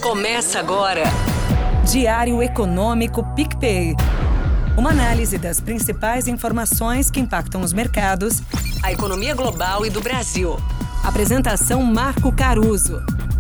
Começa agora. Diário Econômico PicPay. Uma análise das principais informações que impactam os mercados, A economia global e do Brasil. Apresentação Marco Caruso.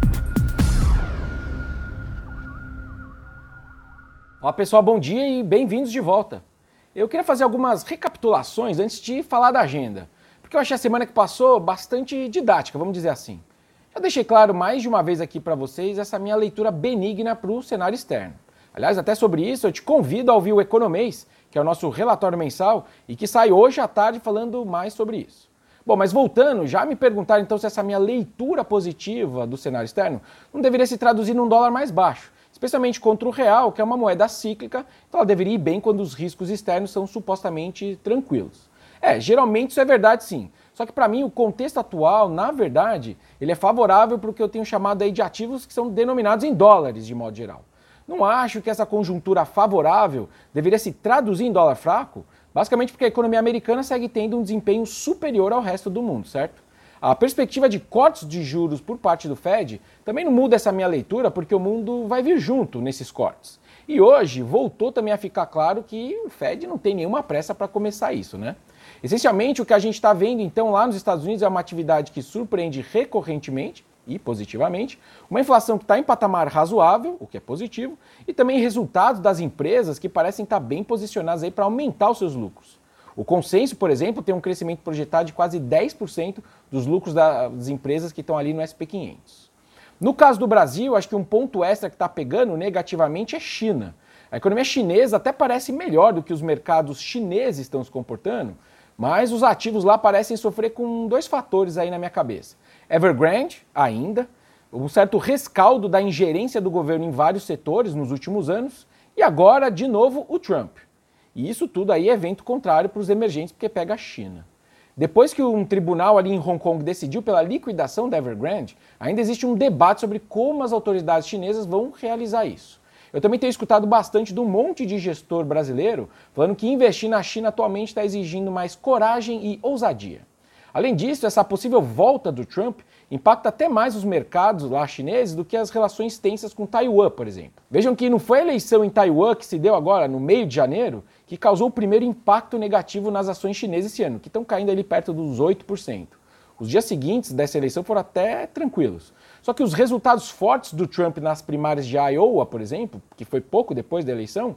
Olá pessoal, bom dia e bem-vindos de volta. Eu queria fazer algumas recapitulações antes de falar da agenda, porque eu achei a semana que passou bastante didática, vamos dizer assim. Já deixei claro mais de uma vez aqui para vocês essa minha leitura benigna para o cenário externo. Aliás, até sobre isso eu te convido a ouvir o Economês, que é o nosso relatório mensal e que sai hoje à tarde falando mais sobre isso. Bom, mas voltando, já me perguntaram então se essa minha leitura positiva do cenário externo não deveria se traduzir num dólar mais baixo, especialmente contra o real, que é uma moeda cíclica, então ela deveria ir bem quando os riscos externos são supostamente tranquilos. Geralmente isso é verdade sim. Só que para mim o contexto atual, na verdade, ele é favorável para o que eu tenho chamado aí de ativos que são denominados em dólares de modo geral. Não acho que essa conjuntura favorável deveria se traduzir em dólar fraco, basicamente porque a economia americana segue tendo um desempenho superior ao resto do mundo, certo? A perspectiva de cortes de juros por parte do Fed também não muda essa minha leitura, porque o mundo vai vir junto nesses cortes. E hoje voltou também a ficar claro que o Fed não tem nenhuma pressa para começar isso, né? Essencialmente, o que a gente está vendo, então, lá nos Estados Unidos é uma atividade que surpreende recorrentemente e positivamente, uma inflação que está em patamar razoável, o que é positivo, e também resultados das empresas que parecem estar bem posicionadas aí para aumentar os seus lucros. O consenso, por exemplo, tem um crescimento projetado de quase 10% dos lucros das empresas que estão ali no SP 500. No caso do Brasil, acho que um ponto extra que está pegando negativamente é China. A economia chinesa até parece melhor do que os mercados chineses estão se comportando, mas os ativos lá parecem sofrer com dois fatores aí na minha cabeça. Evergrande, ainda, um certo rescaldo da ingerência do governo em vários setores nos últimos anos, e agora, de novo, o Trump. E isso tudo aí é vento contrário para os emergentes, porque pega a China. Depois que um tribunal ali em Hong Kong decidiu pela liquidação da Evergrande, ainda existe um debate sobre como as autoridades chinesas vão realizar isso. Eu também tenho escutado bastante de um monte de gestor brasileiro falando que investir na China atualmente está exigindo mais coragem e ousadia. Além disso, essa possível volta do Trump impacta até mais os mercados lá chineses do que as relações tensas com Taiwan, por exemplo. Vejam que não foi a eleição em Taiwan que se deu agora, no meio de janeiro, que causou o primeiro impacto negativo nas ações chinesas esse ano, que estão caindo ali perto dos 8%. Os dias seguintes dessa eleição foram até tranquilos. Só que os resultados fortes do Trump nas primárias de Iowa, por exemplo, que foi pouco depois da eleição,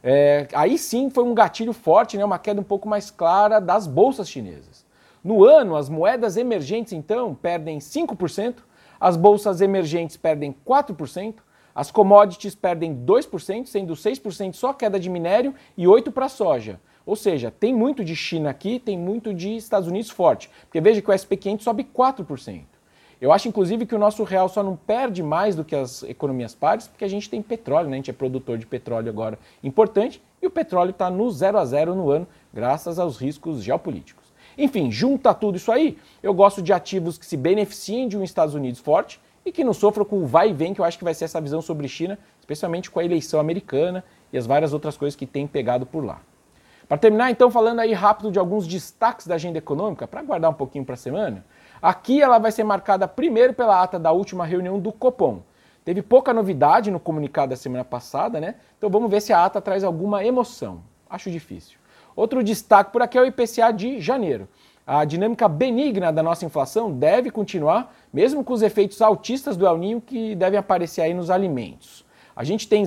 aí sim foi um gatilho forte, né, uma queda um pouco mais clara das bolsas chinesas. No ano, as moedas emergentes, então, perdem 5%, as bolsas emergentes perdem 4%, as commodities perdem 2%, sendo 6% só queda de minério e 8% para soja. Ou seja, tem muito de China aqui, tem muito de Estados Unidos forte, porque veja que o SP 500 sobe 4%. Eu acho, inclusive, que o nosso real só não perde mais do que as economias pares, porque a gente tem petróleo, né? A gente é produtor de petróleo agora importante, e o petróleo está no 0-0 no ano, graças aos riscos geopolíticos. Enfim, junta tudo isso aí, eu gosto de ativos que se beneficiem de um Estados Unidos forte e que não sofram com o vai e vem, que eu acho que vai ser essa visão sobre China, especialmente com a eleição americana e as várias outras coisas que tem pegado por lá. Para terminar, então, falando aí rápido de alguns destaques da agenda econômica, para guardar um pouquinho para a semana, aqui ela vai ser marcada primeiro pela ata da última reunião do Copom. Teve pouca novidade no comunicado da semana passada, né? Então vamos ver se a ata traz alguma emoção. Acho difícil. Outro destaque por aqui é o IPCA de janeiro. A dinâmica benigna da nossa inflação deve continuar, mesmo com os efeitos altistas do El Niño que devem aparecer aí nos alimentos. A gente tem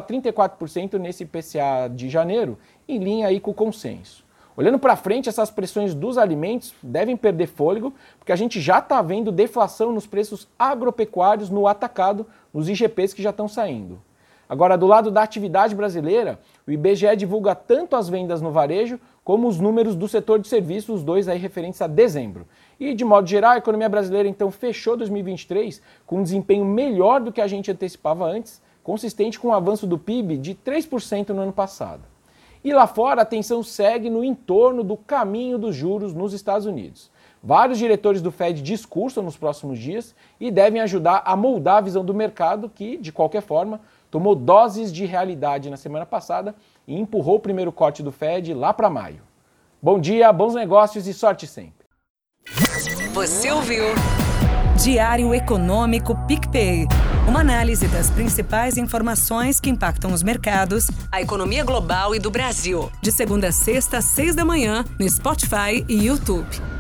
0,34% nesse IPCA de janeiro, em linha aí com o consenso. Olhando para frente, essas pressões dos alimentos devem perder fôlego, porque a gente já está vendo deflação nos preços agropecuários no atacado, nos IGPs que já estão saindo. Agora, do lado da atividade brasileira, o IBGE divulga tanto as vendas no varejo como os números do setor de serviços, os dois aí referentes a dezembro. E, de modo geral, a economia brasileira, então, fechou 2023 com um desempenho melhor do que a gente antecipava antes, consistente com o avanço do PIB de 3% no ano passado. E lá fora, a atenção segue no entorno do caminho dos juros nos Estados Unidos. Vários diretores do Fed discursam nos próximos dias e devem ajudar a moldar a visão do mercado que, de qualquer forma, tomou doses de realidade na semana passada e empurrou o primeiro corte do Fed lá para maio. Bom dia, bons negócios e sorte sempre. Você ouviu? Diário Econômico PicPay. Uma análise das principais informações que impactam os mercados, a economia global e do Brasil. De segunda a sexta, às 6 da manhã, no Spotify e YouTube.